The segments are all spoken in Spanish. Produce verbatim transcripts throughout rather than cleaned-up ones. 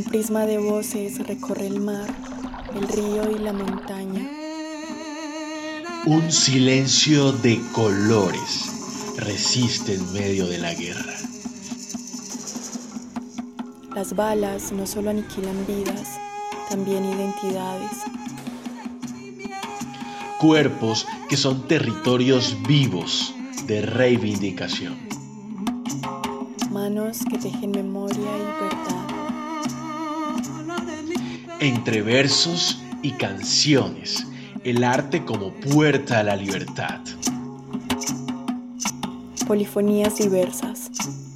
prisma de voces recorre el mar, el río y la montaña. Un silencio de colores resiste en medio de la guerra. Las balas no solo aniquilan vidas, también identidades. Cuerpos que son territorios vivos de reivindicación. Manos que tejen memoria y verdad. Entre versos y canciones, el arte como puerta a la libertad. Polifonías diversas.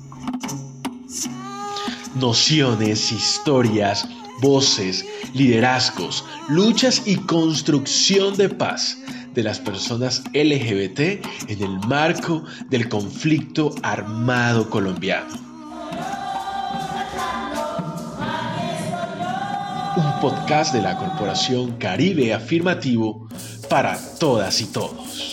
Nociones, historias, voces, liderazgos, luchas y construcción de paz de las personas L G B T en el marco del conflicto armado colombiano. Un podcast de la Corporación Caribe Afirmativo para todas y todos.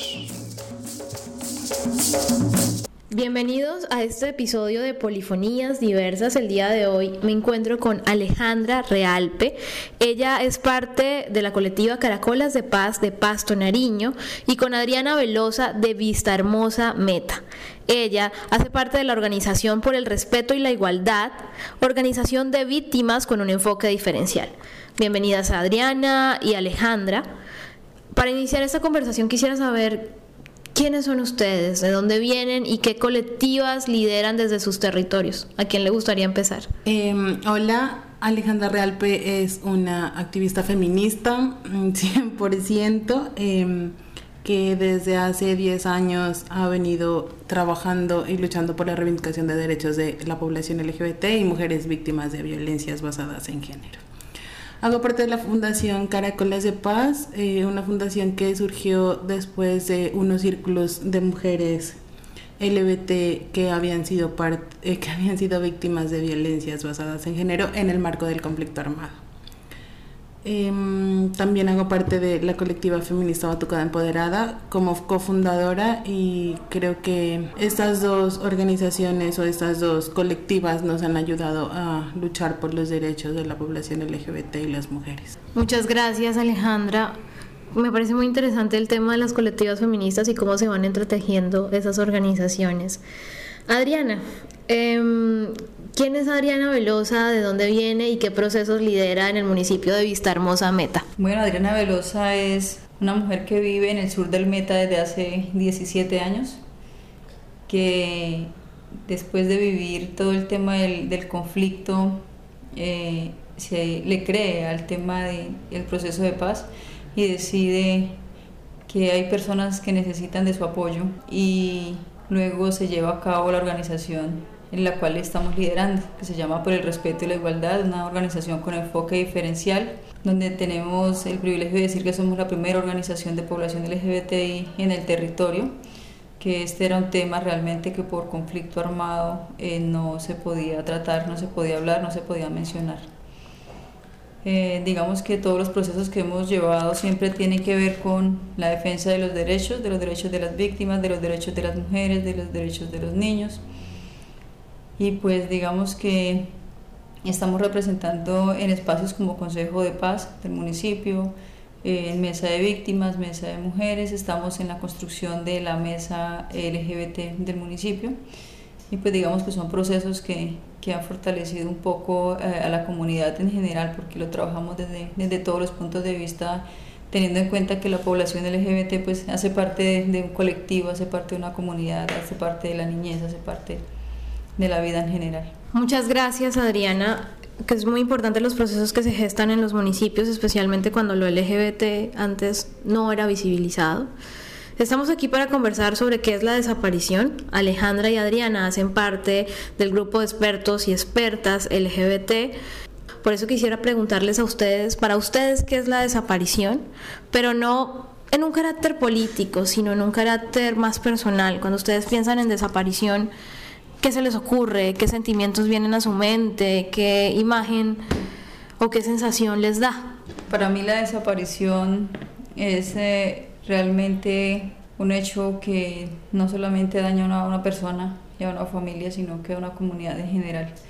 Bienvenidos a este episodio de Polifonías Diversas. El día de hoy me encuentro con Alejandra Realpe. Ella es parte de la colectiva Caracolas de Paz de Pasto, Nariño, y con Adriana Velosa de Vista Hermosa Meta. Ella hace parte de la Organización por el Respeto y la Igualdad, organización de víctimas con un enfoque diferencial. Bienvenidas a Adriana y Alejandra. Para iniciar esta conversación quisiera saber ¿quiénes son ustedes? ¿De dónde vienen? ¿Y qué colectivas lideran desde sus territorios? ¿A quién le gustaría empezar? Eh, hola, Alejandra Realpe es una activista feminista, cien por ciento, eh, que desde hace diez años ha venido trabajando y luchando por la reivindicación de derechos de la población L G B T y mujeres víctimas de violencias basadas en género. Hago parte de la Fundación Caracolas de Paz, eh, una fundación que surgió después de unos círculos de mujeres L G B T que habían sido part, eh, que habían sido víctimas de violencias basadas en género en el marco del conflicto armado. Eh, también hago parte de la colectiva feminista Batucada Empoderada como cofundadora, y creo que estas dos organizaciones o estas dos colectivas nos han ayudado a luchar por los derechos de la población L G B T y las mujeres. Muchas gracias, Alejandra. Me parece muy interesante el tema de las colectivas feministas y cómo se van entretejiendo esas organizaciones. Adriana, eh, ¿quién es Adriana Velosa? ¿De dónde viene? ¿Y qué procesos lidera en el municipio de Vista Hermosa Meta? Bueno, Adriana Velosa es una mujer que vive en el sur del Meta desde hace diecisiete años, que después de vivir todo el tema del, del conflicto, eh, se le cree al tema del proceso de paz y decide que hay personas que necesitan de su apoyo, y luego se lleva a cabo la organización en la cual estamos liderando, que se llama Por el Respeto y la Igualdad, una organización con enfoque diferencial, donde tenemos el privilegio de decir que somos la primera organización de población L G B T I en el territorio, que este era un tema realmente que por conflicto armado eh, no se podía tratar, no se podía hablar, no se podía mencionar. Eh, digamos que todos los procesos que hemos llevado siempre tienen que ver con la defensa de los derechos, de los derechos de las víctimas, de los derechos de las mujeres, de los derechos de los niños. Y pues digamos que estamos representando en espacios como Consejo de Paz del municipio, eh, en Mesa de Víctimas, Mesa de Mujeres, estamos en la construcción de la Mesa L G B T del municipio, y pues digamos que son procesos que, que han fortalecido un poco eh, a la comunidad en general, porque lo trabajamos desde, desde todos los puntos de vista, teniendo en cuenta que la población L G B T pues hace parte de, de un colectivo, hace parte de una comunidad, hace parte de la niñez, hace parte de la vida en general. Muchas gracias, Adriana, que es muy importante los procesos que se gestan en los municipios, especialmente cuando lo L G B T antes no era visibilizado. Estamos aquí para conversar sobre qué es la desaparición. Alejandra y Adriana hacen parte del grupo de expertos y expertas L G B T. Por eso quisiera preguntarles a ustedes, para ustedes, ¿qué es la desaparición? Pero no en un carácter político, sino en un carácter más personal. Cuando ustedes piensan en desaparición, ¿qué se les ocurre? ¿Qué sentimientos vienen a su mente? ¿Qué imagen o qué sensación les da? Para mí la desaparición es eh, realmente un hecho que no solamente daña a una, una persona y a una familia, sino que a una comunidad en general.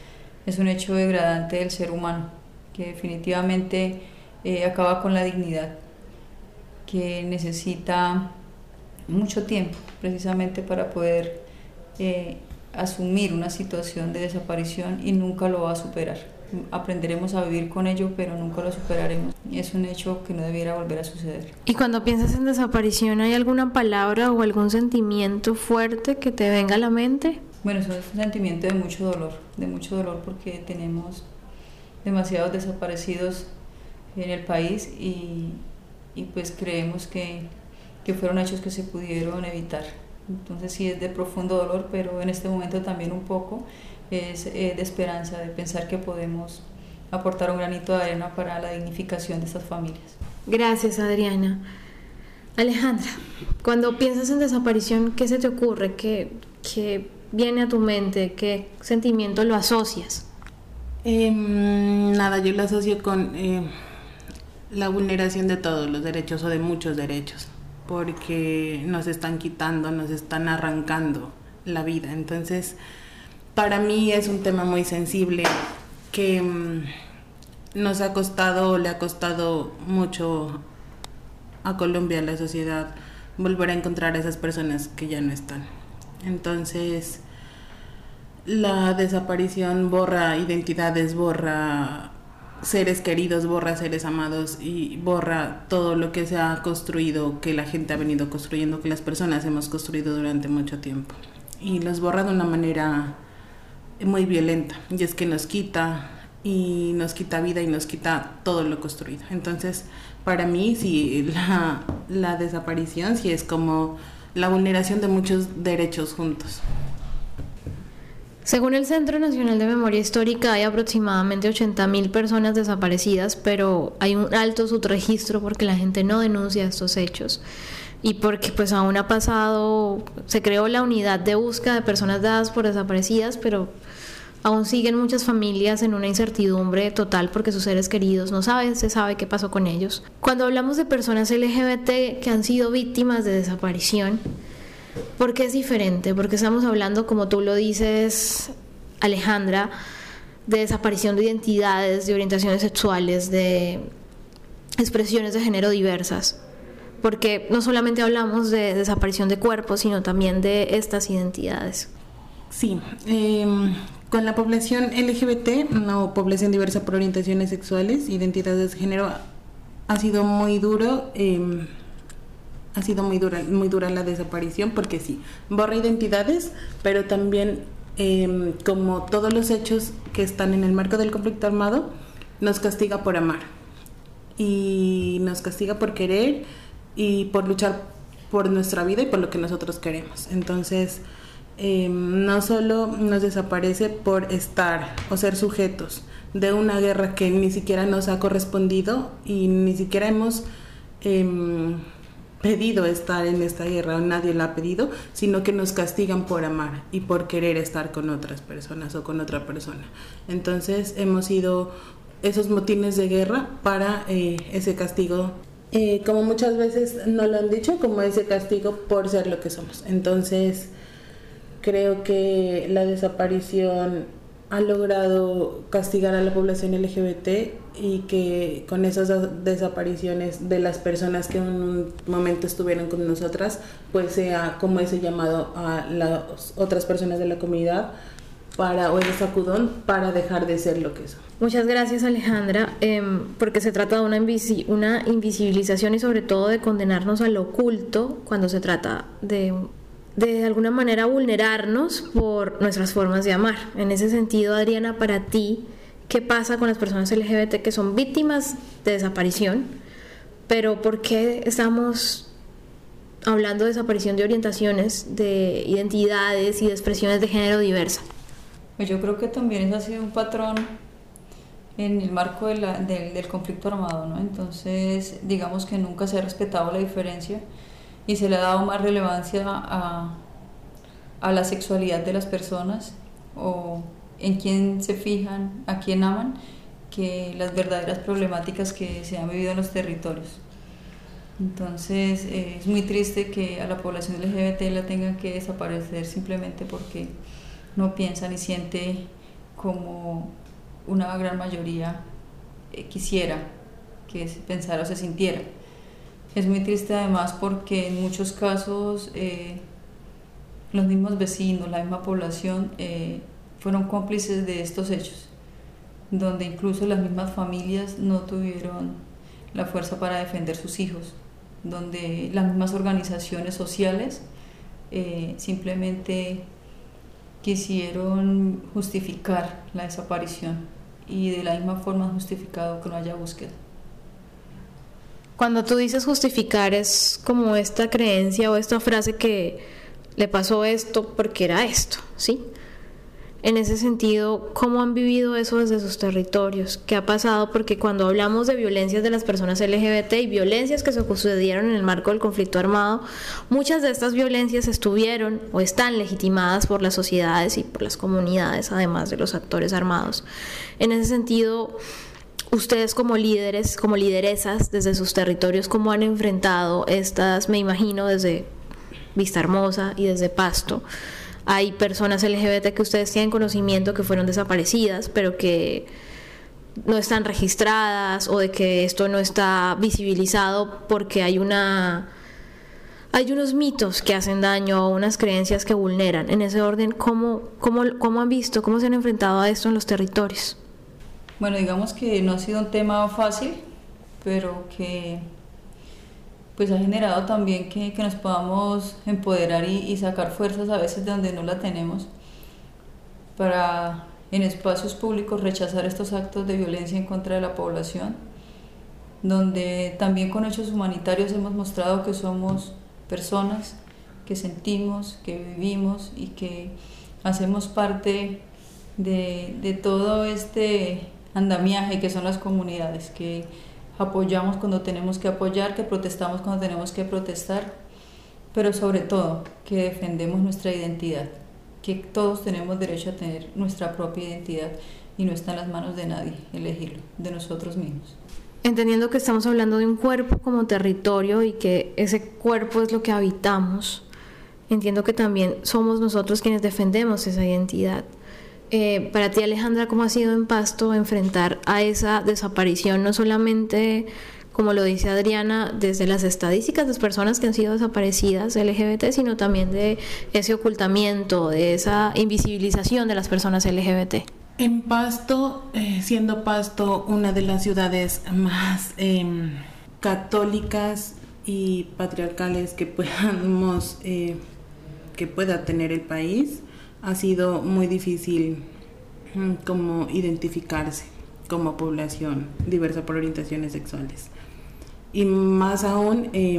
es un hecho degradante del ser humano, que definitivamente eh, acaba con la dignidad, que necesita mucho tiempo precisamente para poder eh, asumir una situación de desaparición y nunca lo va a superar. Aprenderemos a vivir con ello, pero nunca lo superaremos. Es un hecho que no debiera volver a suceder. Y cuando piensas en desaparición, ¿hay alguna palabra o algún sentimiento fuerte que te venga a la mente? Bueno, eso es un sentimiento de mucho dolor, de mucho dolor porque tenemos demasiados desaparecidos en el país y, y pues creemos que, que fueron hechos que se pudieron evitar. Entonces sí es de profundo dolor, pero en este momento también un poco es eh, de esperanza, de pensar que podemos aportar un granito de arena para la dignificación de estas familias. Gracias, Adriana. Alejandra, cuando piensas en desaparición, ¿qué se te ocurre? ¿Qué, qué viene a tu mente? ¿Qué sentimiento lo asocias? Eh, nada, yo lo asocio con eh, la vulneración de todos los derechos o de muchos derechos, porque nos están quitando, nos están arrancando la vida. Entonces, para mí es un tema muy sensible que um, nos ha costado, le ha costado mucho a Colombia, a la sociedad, volver a encontrar a esas personas que ya no están. Entonces, la desaparición borra identidades, borra seres queridos, borra seres amados y borra todo lo que se ha construido, que la gente ha venido construyendo, que las personas hemos construido durante mucho tiempo. Y los borra de una manera muy violenta, y es que nos quita y nos quita vida y nos quita todo lo construido. Entonces, para mí, sí, la, la desaparición sí es como la vulneración de muchos derechos juntos. Según el Centro Nacional de Memoria Histórica, hay aproximadamente ochenta mil personas desaparecidas, pero hay un alto subregistro porque la gente no denuncia estos hechos y porque pues aún ha pasado, se creó la unidad de búsqueda de personas dadas por desaparecidas, pero aún siguen muchas familias en una incertidumbre total porque sus seres queridos no saben, se sabe qué pasó con ellos. Cuando hablamos de personas L G B T que han sido víctimas de desaparición, ¿por qué es diferente? Porque estamos hablando, como tú lo dices, Alejandra, de desaparición de identidades, de orientaciones sexuales, de expresiones de género diversas. Porque no solamente hablamos de desaparición de cuerpos, sino también de estas identidades. Sí, eh, con la población L G B T, no, población diversa por orientaciones sexuales, identidades de género, ha sido muy duro. Eh, Ha sido muy dura, muy dura la desaparición porque sí, borra identidades, pero también eh, como todos los hechos que están en el marco del conflicto armado, nos castiga por amar y nos castiga por querer y por luchar por nuestra vida y por lo que nosotros queremos. Entonces, eh, no solo nos desaparece por estar o ser sujetos de una guerra que ni siquiera nos ha correspondido y ni siquiera hemos Eh, pedido estar en esta guerra, nadie la ha pedido, sino que nos castigan por amar y por querer estar con otras personas o con otra persona. Entonces hemos sido esos motines de guerra para eh, ese castigo, eh, como muchas veces nos lo han dicho, como ese castigo por ser lo que somos. Entonces creo que la desaparición ha logrado castigar a la población L G B T y que con esas desapariciones de las personas que en un momento estuvieron con nosotras, pues sea como ese llamado a las otras personas de la comunidad para, o ese sacudón para dejar de ser lo que son. Muchas gracias, Alejandra, eh, porque se trata de una, invisi- una invisibilización y sobre todo de condenarnos al oculto cuando se trata de de alguna manera vulnerarnos por nuestras formas de amar. En ese sentido, Adriana, para ti, ¿qué pasa con las personas L G B T que son víctimas de desaparición? Pero ¿por qué estamos hablando de desaparición de orientaciones, de identidades y de expresiones de género diversa? Pues yo creo que también eso ha sido un patrón en el marco de la, del, del conflicto armado, ¿no? Entonces, digamos que nunca se ha respetado la diferencia y se le ha dado más relevancia a, a la sexualidad de las personas o en quién se fijan, a quién aman, que las verdaderas problemáticas que se han vivido en los territorios. Entonces eh, es muy triste que a la población L G B T la tengan que desaparecer simplemente porque no piensa ni siente como una gran mayoría eh, quisiera que se pensara o se sintiera. Es muy triste además porque en muchos casos eh, los mismos vecinos, la misma población eh, fueron cómplices de estos hechos, donde incluso las mismas familias no tuvieron la fuerza para defender sus hijos, donde las mismas organizaciones sociales eh, simplemente quisieron justificar la desaparición y de la misma forma han justificado que no haya búsqueda. Cuando tú dices justificar es como esta creencia o esta frase que le pasó esto porque era esto, ¿sí? En ese sentido, ¿cómo han vivido eso desde sus territorios? ¿Qué ha pasado? Porque cuando hablamos de violencias de las personas L G B T y violencias que se sucedieron en el marco del conflicto armado, muchas de estas violencias estuvieron o están legitimadas por las sociedades y por las comunidades, además de los actores armados. En ese sentido, ustedes como líderes, como lideresas desde sus territorios, ¿cómo han enfrentado estas, me imagino, desde Vista Hermosa y desde Pasto? Hay personas L G B T que ustedes tienen conocimiento que fueron desaparecidas, pero que no están registradas o de que esto no está visibilizado porque hay una hay unos mitos que hacen daño o unas creencias que vulneran. En ese orden, ¿cómo, cómo, cómo han visto, cómo se han enfrentado a esto en los territorios? Bueno, digamos que no ha sido un tema fácil, pero que pues ha generado también que, que nos podamos empoderar y, y sacar fuerzas a veces de donde no la tenemos para en espacios públicos rechazar estos actos de violencia en contra de la población, donde también con hechos humanitarios hemos mostrado que somos personas que sentimos, que vivimos y que hacemos parte de, de todo este andamiaje que son las comunidades, que apoyamos cuando tenemos que apoyar, que protestamos cuando tenemos que protestar, pero sobre todo que defendemos nuestra identidad, que todos tenemos derecho a tener nuestra propia identidad y no está en las manos de nadie elegirlo, de nosotros mismos. Entendiendo que estamos hablando de un cuerpo como territorio y que ese cuerpo es lo que habitamos, entiendo que también somos nosotros quienes defendemos esa identidad. Eh, para ti, Alejandra, ¿cómo ha sido en Pasto enfrentar a esa desaparición, no solamente, como lo dice Adriana, desde las estadísticas de personas que han sido desaparecidas L G B T, sino también de ese ocultamiento, de esa invisibilización de las personas L G B T? En Pasto, eh, siendo Pasto una de las ciudades más eh, católicas y patriarcales que podamos, eh, que pueda tener el país, ha sido muy difícil como identificarse como población diversa por orientaciones sexuales. Y más aún eh,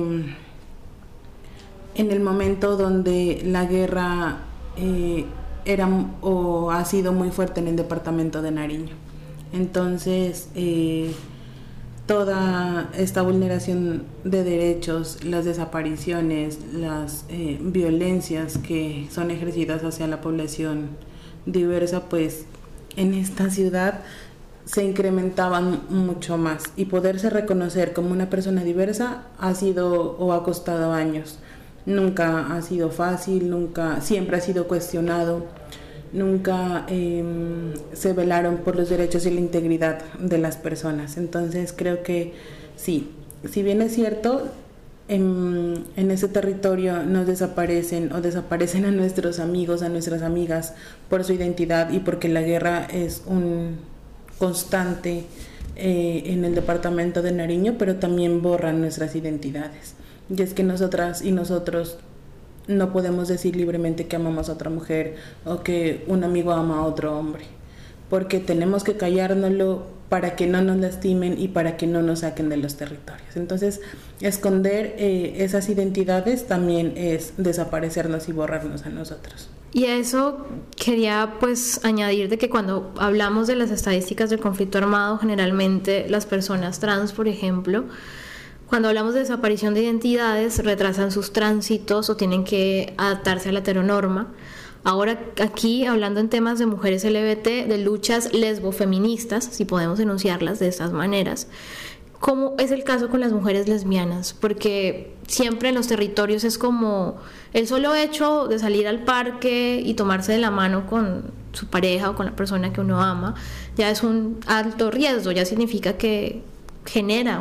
en el momento donde la guerra eh, era o ha sido muy fuerte en el departamento de Nariño. Entonces, eh, toda esta vulneración de derechos, las desapariciones, las eh, violencias que son ejercidas hacia la población diversa, pues en esta ciudad se incrementaban mucho más, y poderse reconocer como una persona diversa ha sido o ha costado años. Nunca ha sido fácil, nunca, siempre ha sido cuestionado. Nunca eh, se velaron por los derechos y la integridad de las personas. Entonces creo que sí, si bien es cierto, en, en ese territorio nos desaparecen o desaparecen a nuestros amigos, a nuestras amigas por su identidad y porque la guerra es un constante eh, en el departamento de Nariño, pero también borran nuestras identidades. Y es que nosotras y nosotros no podemos decir libremente que amamos a otra mujer o que un amigo ama a otro hombre, porque tenemos que callárnoslo para que no nos lastimen y para que no nos saquen de los territorios. Entonces, esconder eh, esas identidades también es desaparecernos y borrarnos a nosotros. Y a eso quería pues añadir de que cuando hablamos de las estadísticas del conflicto armado, generalmente las personas trans, por ejemplo, cuando hablamos de desaparición de identidades, retrasan sus tránsitos o tienen que adaptarse a la heteronorma. Ahora aquí, hablando en temas de mujeres L G B T, de luchas lesbofeministas, si podemos enunciarlas de estas maneras, ¿cómo es el caso con las mujeres lesbianas? Porque siempre en los territorios es como el solo hecho de salir al parque y tomarse de la mano con su pareja o con la persona que uno ama, ya es un alto riesgo, ya significa que genera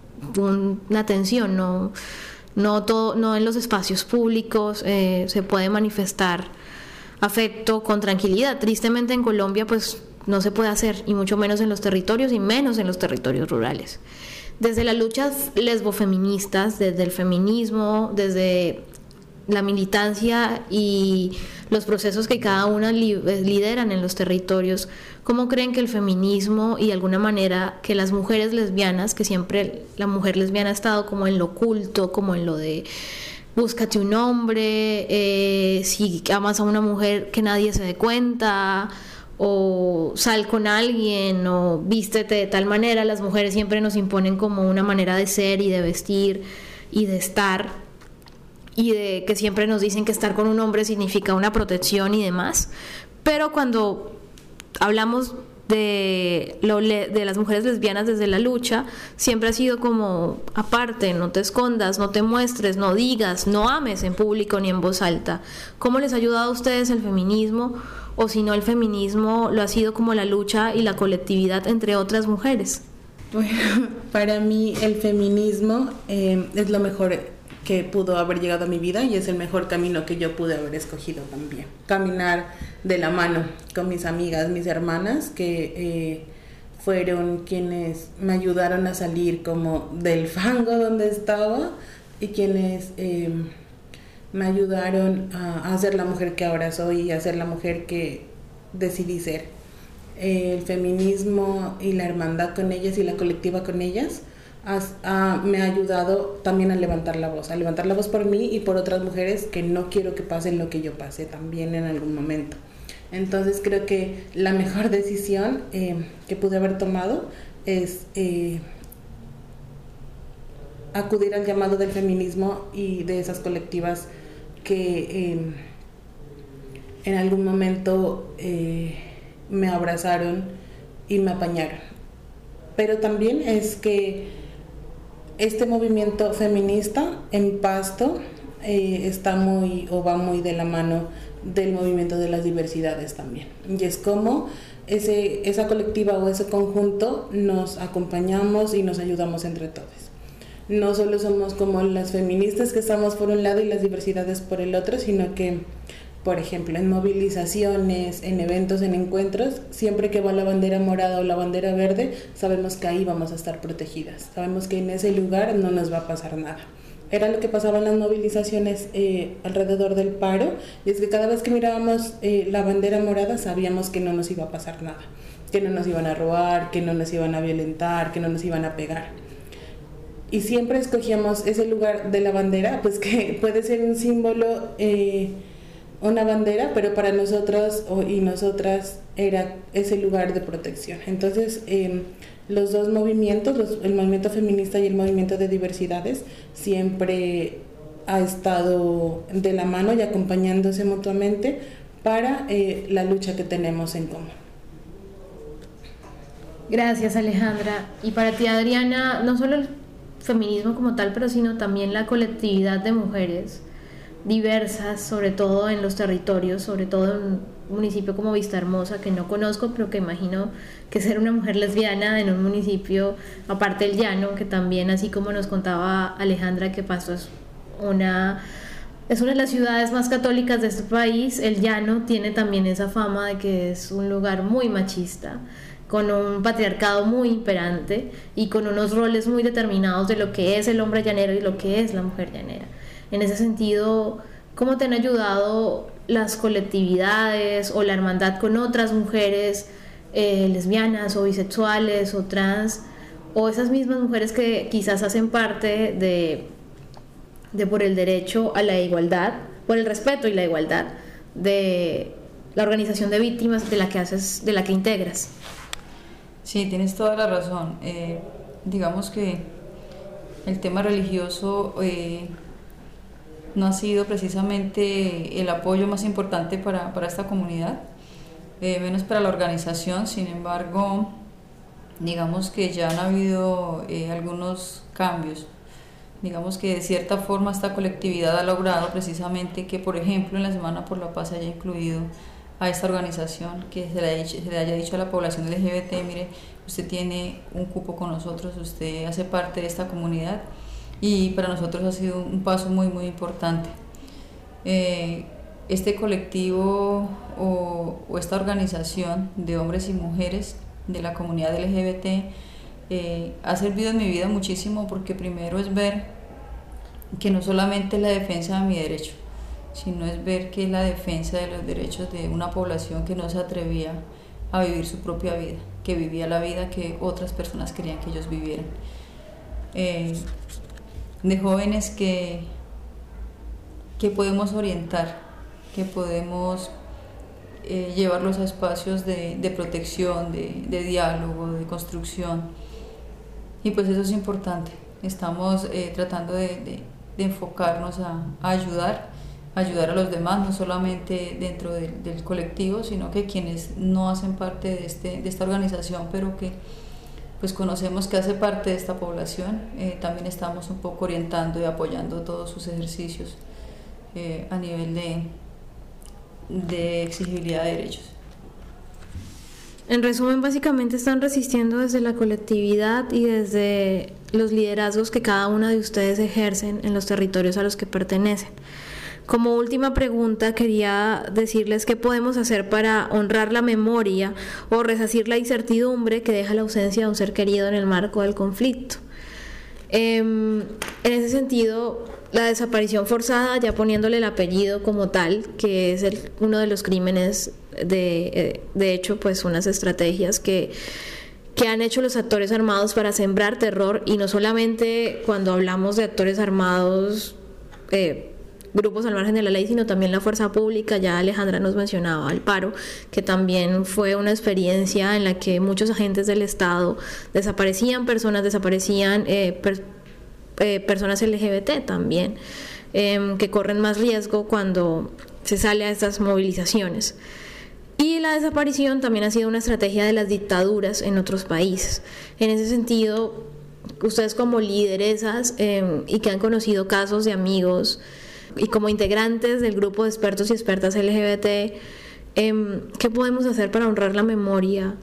un, una tensión, no, no, todo, no en los espacios públicos eh, se puede manifestar afecto con tranquilidad. Tristemente en Colombia pues no se puede hacer, y mucho menos en los territorios y menos en los territorios rurales. Desde las luchas lesbofeministas, desde el feminismo, desde la militancia y los procesos que cada una li- lideran en los territorios, ¿cómo creen que el feminismo y de alguna manera que las mujeres lesbianas, que siempre la mujer lesbiana ha estado como en lo oculto, como en lo de búscate un hombre, eh, si amas a una mujer que nadie se dé cuenta, o sal con alguien, o vístete de tal manera, las mujeres siempre nos imponen como una manera de ser y de vestir y de estar, y de que siempre nos dicen que estar con un hombre significa una protección y demás, pero cuando hablamos de, lo, de las mujeres lesbianas desde la lucha, siempre ha sido como aparte, no te escondas, no te muestres, no digas, no ames en público ni en voz alta. ¿Cómo les ha ayudado a ustedes el feminismo? O si no, el feminismo lo ha sido como la lucha y la colectividad entre otras mujeres. Bueno, para mí el feminismo eh, es lo mejor que pudo haber llegado a mi vida y es el mejor camino que yo pude haber escogido también. Caminar de la mano con mis amigas, mis hermanas, que eh, fueron quienes me ayudaron a salir como del fango donde estaba y quienes eh, me ayudaron a, a ser la mujer que ahora soy y a ser la mujer que decidí ser. Eh, el feminismo y la hermandad con ellas y la colectiva con ellas Has, uh, me ha ayudado también a levantar la voz, a levantar la voz por mí y por otras mujeres que no quiero que pasen lo que yo pasé también en algún momento. Entonces creo que la mejor decisión eh, que pude haber tomado es eh, acudir al llamado del feminismo y de esas colectivas que eh, en algún momento eh, me abrazaron y me apañaron. Pero también es que este movimiento feminista en Pasto eh, está muy o va muy de la mano del movimiento de las diversidades también. Y es como ese, esa colectiva o ese conjunto nos acompañamos y nos ayudamos entre todos. No solo somos como las feministas que estamos por un lado y las diversidades por el otro, sino que, por ejemplo, en movilizaciones, en eventos, en encuentros, siempre que va la bandera morada o la bandera verde, sabemos que ahí vamos a estar protegidas. Sabemos que en ese lugar no nos va a pasar nada. Era lo que pasaba en las movilizaciones eh, alrededor del paro, y es que cada vez que mirábamos eh, la bandera morada sabíamos que no nos iba a pasar nada, que no nos iban a robar, que no nos iban a violentar, que no nos iban a pegar. Y siempre escogíamos ese lugar de la bandera, pues que puede ser un símbolo... Eh, una bandera, pero para nosotros y nosotras era ese lugar de protección. Entonces, eh, los dos movimientos, los, el movimiento feminista y el movimiento de diversidades, siempre ha estado de la mano y acompañándose mutuamente para eh, la lucha que tenemos en común. Gracias, Alejandra. Y para ti, Adriana, no solo el feminismo como tal, pero sino también la colectividad de mujeres diversas, sobre todo en los territorios, sobre todo en un municipio como Vistahermosa, que no conozco, pero que imagino que ser una mujer lesbiana en un municipio, aparte del llano, que también, así como nos contaba Alejandra, que Pasto es una, es una de las ciudades más católicas de este país, el llano tiene también esa fama de que es un lugar muy machista, con un patriarcado muy imperante y con unos roles muy determinados de lo que es el hombre llanero y lo que es la mujer llanera. En ese sentido, ¿cómo te han ayudado las colectividades o la hermandad con otras mujeres eh, lesbianas o bisexuales o trans, o esas mismas mujeres que quizás hacen parte de, de por el derecho a la igualdad, por el respeto y la igualdad de la organización de víctimas de la que haces, de la que integras? Sí, tienes toda la razón. Eh, digamos que el tema religioso eh, no ha sido precisamente el apoyo más importante para, para esta comunidad, eh, menos para la organización. Sin embargo, digamos que ya han habido eh, algunos cambios. Digamos que de cierta forma esta colectividad ha logrado precisamente que, por ejemplo, en la Semana por la Paz haya incluido a esta organización, que se le, haya dicho, se le haya dicho a la población L G B T, mire, usted tiene un cupo con nosotros, usted hace parte de esta comunidad, y para nosotros ha sido un paso muy muy importante. Eh, este colectivo o, o esta organización de hombres y mujeres de la comunidad L G B T eh, ha servido en mi vida muchísimo, porque primero es ver que no solamente es la defensa de mi derecho, sino es ver que es la defensa de los derechos de una población que no se atrevía a vivir su propia vida, que vivía la vida que otras personas querían que ellos vivieran. Eh, de jóvenes que, que podemos orientar, que podemos eh, llevarlos a espacios de, de protección, de, de diálogo, de construcción, y pues eso es importante. Estamos eh, tratando de, de, de enfocarnos a, a ayudar, ayudar a los demás, no solamente dentro del, del colectivo, sino que quienes no hacen parte de, este, de esta organización, pero que pues conocemos que hace parte de esta población, eh, también estamos un poco orientando y apoyando todos sus ejercicios eh, a nivel de, de exigibilidad de derechos. En resumen, básicamente están resistiendo desde la colectividad y desde los liderazgos que cada una de ustedes ejercen en los territorios a los que pertenecen. Como última pregunta, quería decirles qué podemos hacer para honrar la memoria o resarcir la incertidumbre que deja la ausencia de un ser querido en el marco del conflicto. Eh, en ese sentido, la desaparición forzada, ya poniéndole el apellido como tal, que es el, uno de los crímenes, de, de hecho, pues unas estrategias que, que han hecho los actores armados para sembrar terror, y no solamente cuando hablamos de actores armados, eh, grupos al margen de la ley, sino también la fuerza pública. Ya Alejandra nos mencionaba el paro, que también fue una experiencia en la que muchos agentes del Estado desaparecían personas, desaparecían eh, per, eh, personas L G B T también, eh, que corren más riesgo cuando se sale a estas movilizaciones. Y la desaparición también ha sido una estrategia de las dictaduras en otros países. En ese sentido, ustedes como lideresas eh, y que han conocido casos de amigos y como integrantes del grupo de expertos y expertas L G B T, eh, ¿qué podemos hacer para honrar la memoria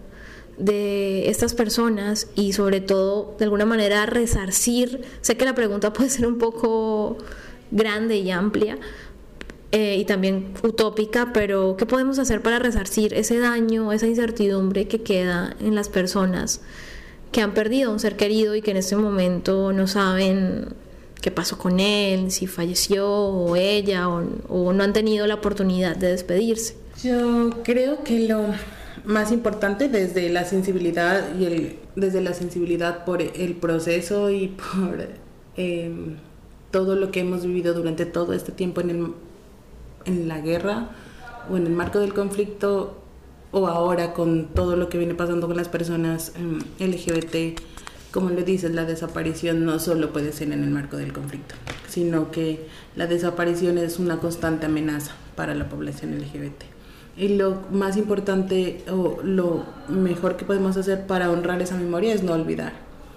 de estas personas y sobre todo de alguna manera resarcir? Sé que la pregunta puede ser un poco grande y amplia eh, y también utópica, pero ¿qué podemos hacer para resarcir ese daño, esa incertidumbre que queda en las personas que han perdido a un ser querido y que en este momento no saben qué pasó con él, si falleció o ella, o, o no han tenido la oportunidad de despedirse? Yo creo que lo más importante desde la sensibilidad y el desde la sensibilidad por el proceso y por eh, todo lo que hemos vivido durante todo este tiempo en, el, en la guerra o en el marco del conflicto, o ahora con todo lo que viene pasando con las personas eh, L G B T. Como lo dices, la desaparición no solo puede ser en el marco del conflicto, sino que la desaparición es una constante amenaza para la población L G B T. Y lo más importante o lo mejor que podemos hacer para honrar esa memoria es no olvidar.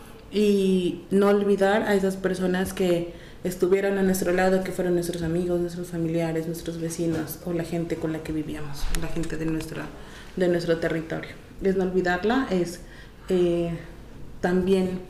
Y no olvidar a esas personas que estuvieron a nuestro lado, que fueron nuestros amigos, nuestros familiares, nuestros vecinos o la gente con la que vivíamos, la gente de, nuestra, de nuestro territorio. Es no olvidarla, es... Eh, También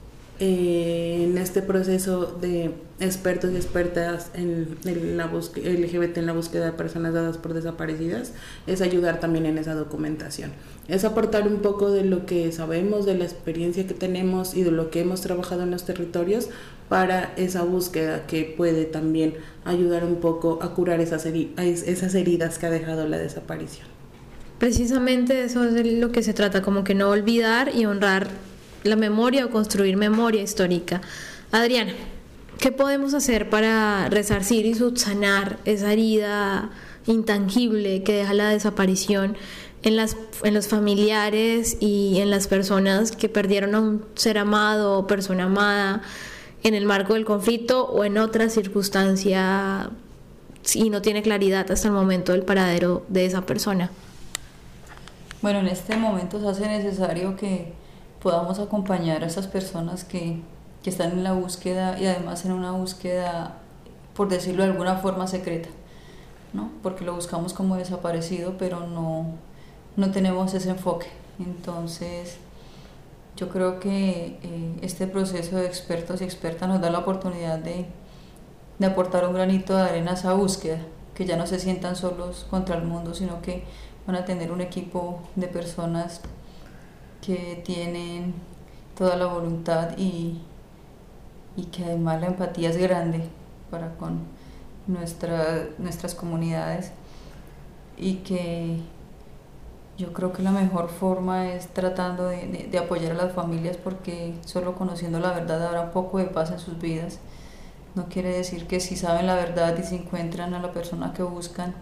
eh, en este proceso de expertos y expertas en, en la búsqueda, L G B T en la búsqueda de personas dadas por desaparecidas, es ayudar también en esa documentación. Es aportar un poco de lo que sabemos, de la experiencia que tenemos y de lo que hemos trabajado en los territorios para esa búsqueda que puede también ayudar un poco a curar esas, heri- esas heridas que ha dejado la desaparición. Precisamente eso es de lo que se trata, como que no olvidar y honrar la memoria o construir memoria histórica. Adriana, ¿qué podemos hacer para resarcir y subsanar esa herida intangible que deja la desaparición en las en los familiares y en las personas que perdieron a un ser amado o persona amada en el marco del conflicto o en otra circunstancia y no tiene claridad hasta el momento del paradero de esa persona? Bueno, en este momento se hace necesario que podamos acompañar a esas personas que, que están en la búsqueda, y además en una búsqueda, por decirlo de alguna forma, secreta, ¿no? Porque lo buscamos como desaparecido, pero no, no tenemos ese enfoque. Entonces, yo creo que eh, este proceso de expertos y expertas nos da la oportunidad de, de aportar un granito de arena a esa búsqueda, que ya no se sientan solos contra el mundo, sino que van a tener un equipo de personas que tienen toda la voluntad y, y que además la empatía es grande para con nuestra, nuestras comunidades, y que yo creo que la mejor forma es tratando de, de, de apoyar a las familias, porque solo conociendo la verdad habrá un poco de paz en sus vidas. No quiere decir que si saben la verdad y se encuentran a la persona que buscan,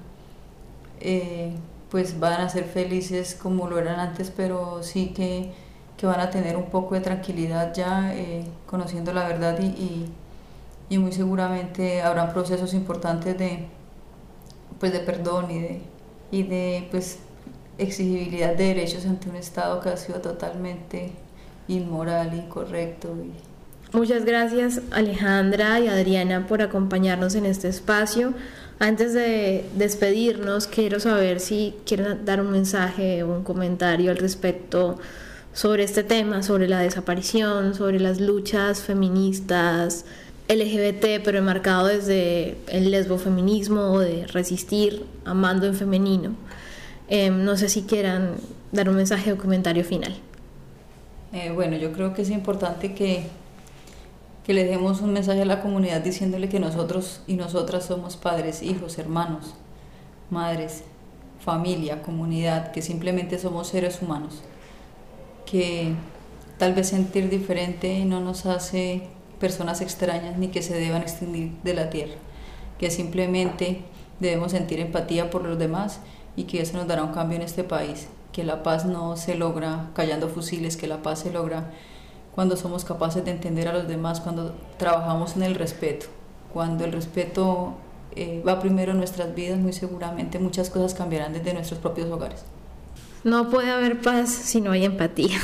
eh, pues van a ser felices como lo eran antes, pero sí que, que van a tener un poco de tranquilidad ya eh, conociendo la verdad, y, y, y muy seguramente habrán procesos importantes de, pues de perdón y de, y de pues, exigibilidad de derechos ante un Estado que ha sido totalmente inmoral, incorrecto. Y... Muchas gracias, Alejandra y Adriana, por acompañarnos en este espacio. Antes de despedirnos, quiero saber si quieren dar un mensaje o un comentario al respecto sobre este tema, sobre la desaparición, sobre las luchas feministas L G B T, pero enmarcado desde el lesbofeminismo o de resistir amando en femenino. Eh, no sé si quieran dar un mensaje o comentario final. Eh, bueno, yo creo que es importante que, que le demos un mensaje a la comunidad diciéndole que nosotros y nosotras somos padres, hijos, hermanos, madres, familia, comunidad, que simplemente somos seres humanos, que tal vez sentir diferente no nos hace personas extrañas ni que se deban extinguir de la tierra, que simplemente debemos sentir empatía por los demás, y que eso nos dará un cambio en este país, que la paz no se logra callando fusiles, que la paz se logra cuando somos capaces de entender a los demás, cuando trabajamos en el respeto. Cuando el respeto eh, va primero en nuestras vidas, muy seguramente muchas cosas cambiarán desde nuestros propios hogares. No puede haber paz si no hay empatía.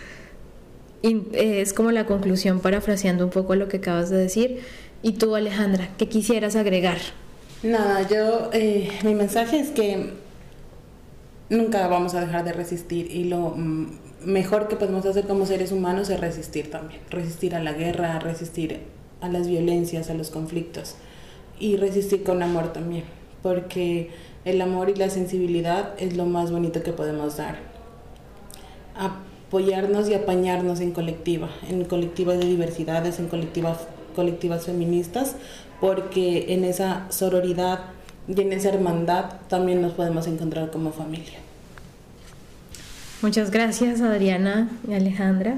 Y es como la conclusión, parafraseando un poco lo que acabas de decir. Y tú, Alejandra, ¿qué quisieras agregar? Nada, yo, eh, mi mensaje es que nunca vamos a dejar de resistir, y lo mm, mejor que podemos hacer como seres humanos es resistir también, resistir a la guerra, resistir a las violencias, a los conflictos, y resistir con amor también, porque el amor y la sensibilidad es lo más bonito que podemos dar. Apoyarnos y apañarnos en colectiva, en colectivas de diversidades, en colectivas, colectivas feministas, porque en esa sororidad y en esa hermandad también nos podemos encontrar como familia. Muchas gracias, Adriana y Alejandra.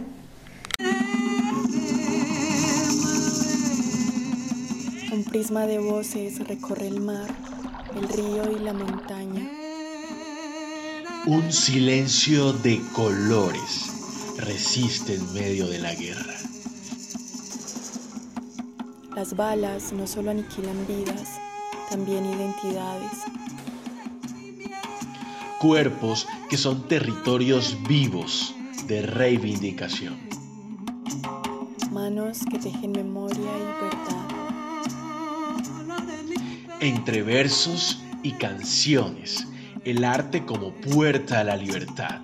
Un prisma de voces recorre el mar, el río y la montaña. Un silencio de colores resiste en medio de la guerra. Las balas no solo aniquilan vidas, también identidades. Cuerpos que son territorios vivos de reivindicación. Manos que tejen memoria y verdad. Entre versos y canciones, el arte como puerta a la libertad.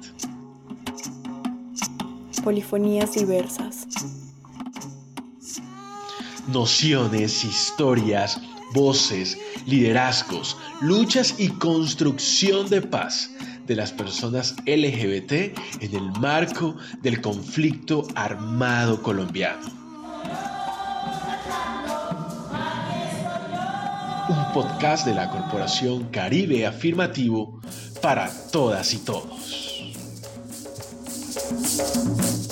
Polifonías diversas. Nociones, historias, voces, liderazgos, luchas y construcción de paz de las personas L G B T en el marco del conflicto armado colombiano. Un podcast de la Corporación Caribe Afirmativo para todas y todos.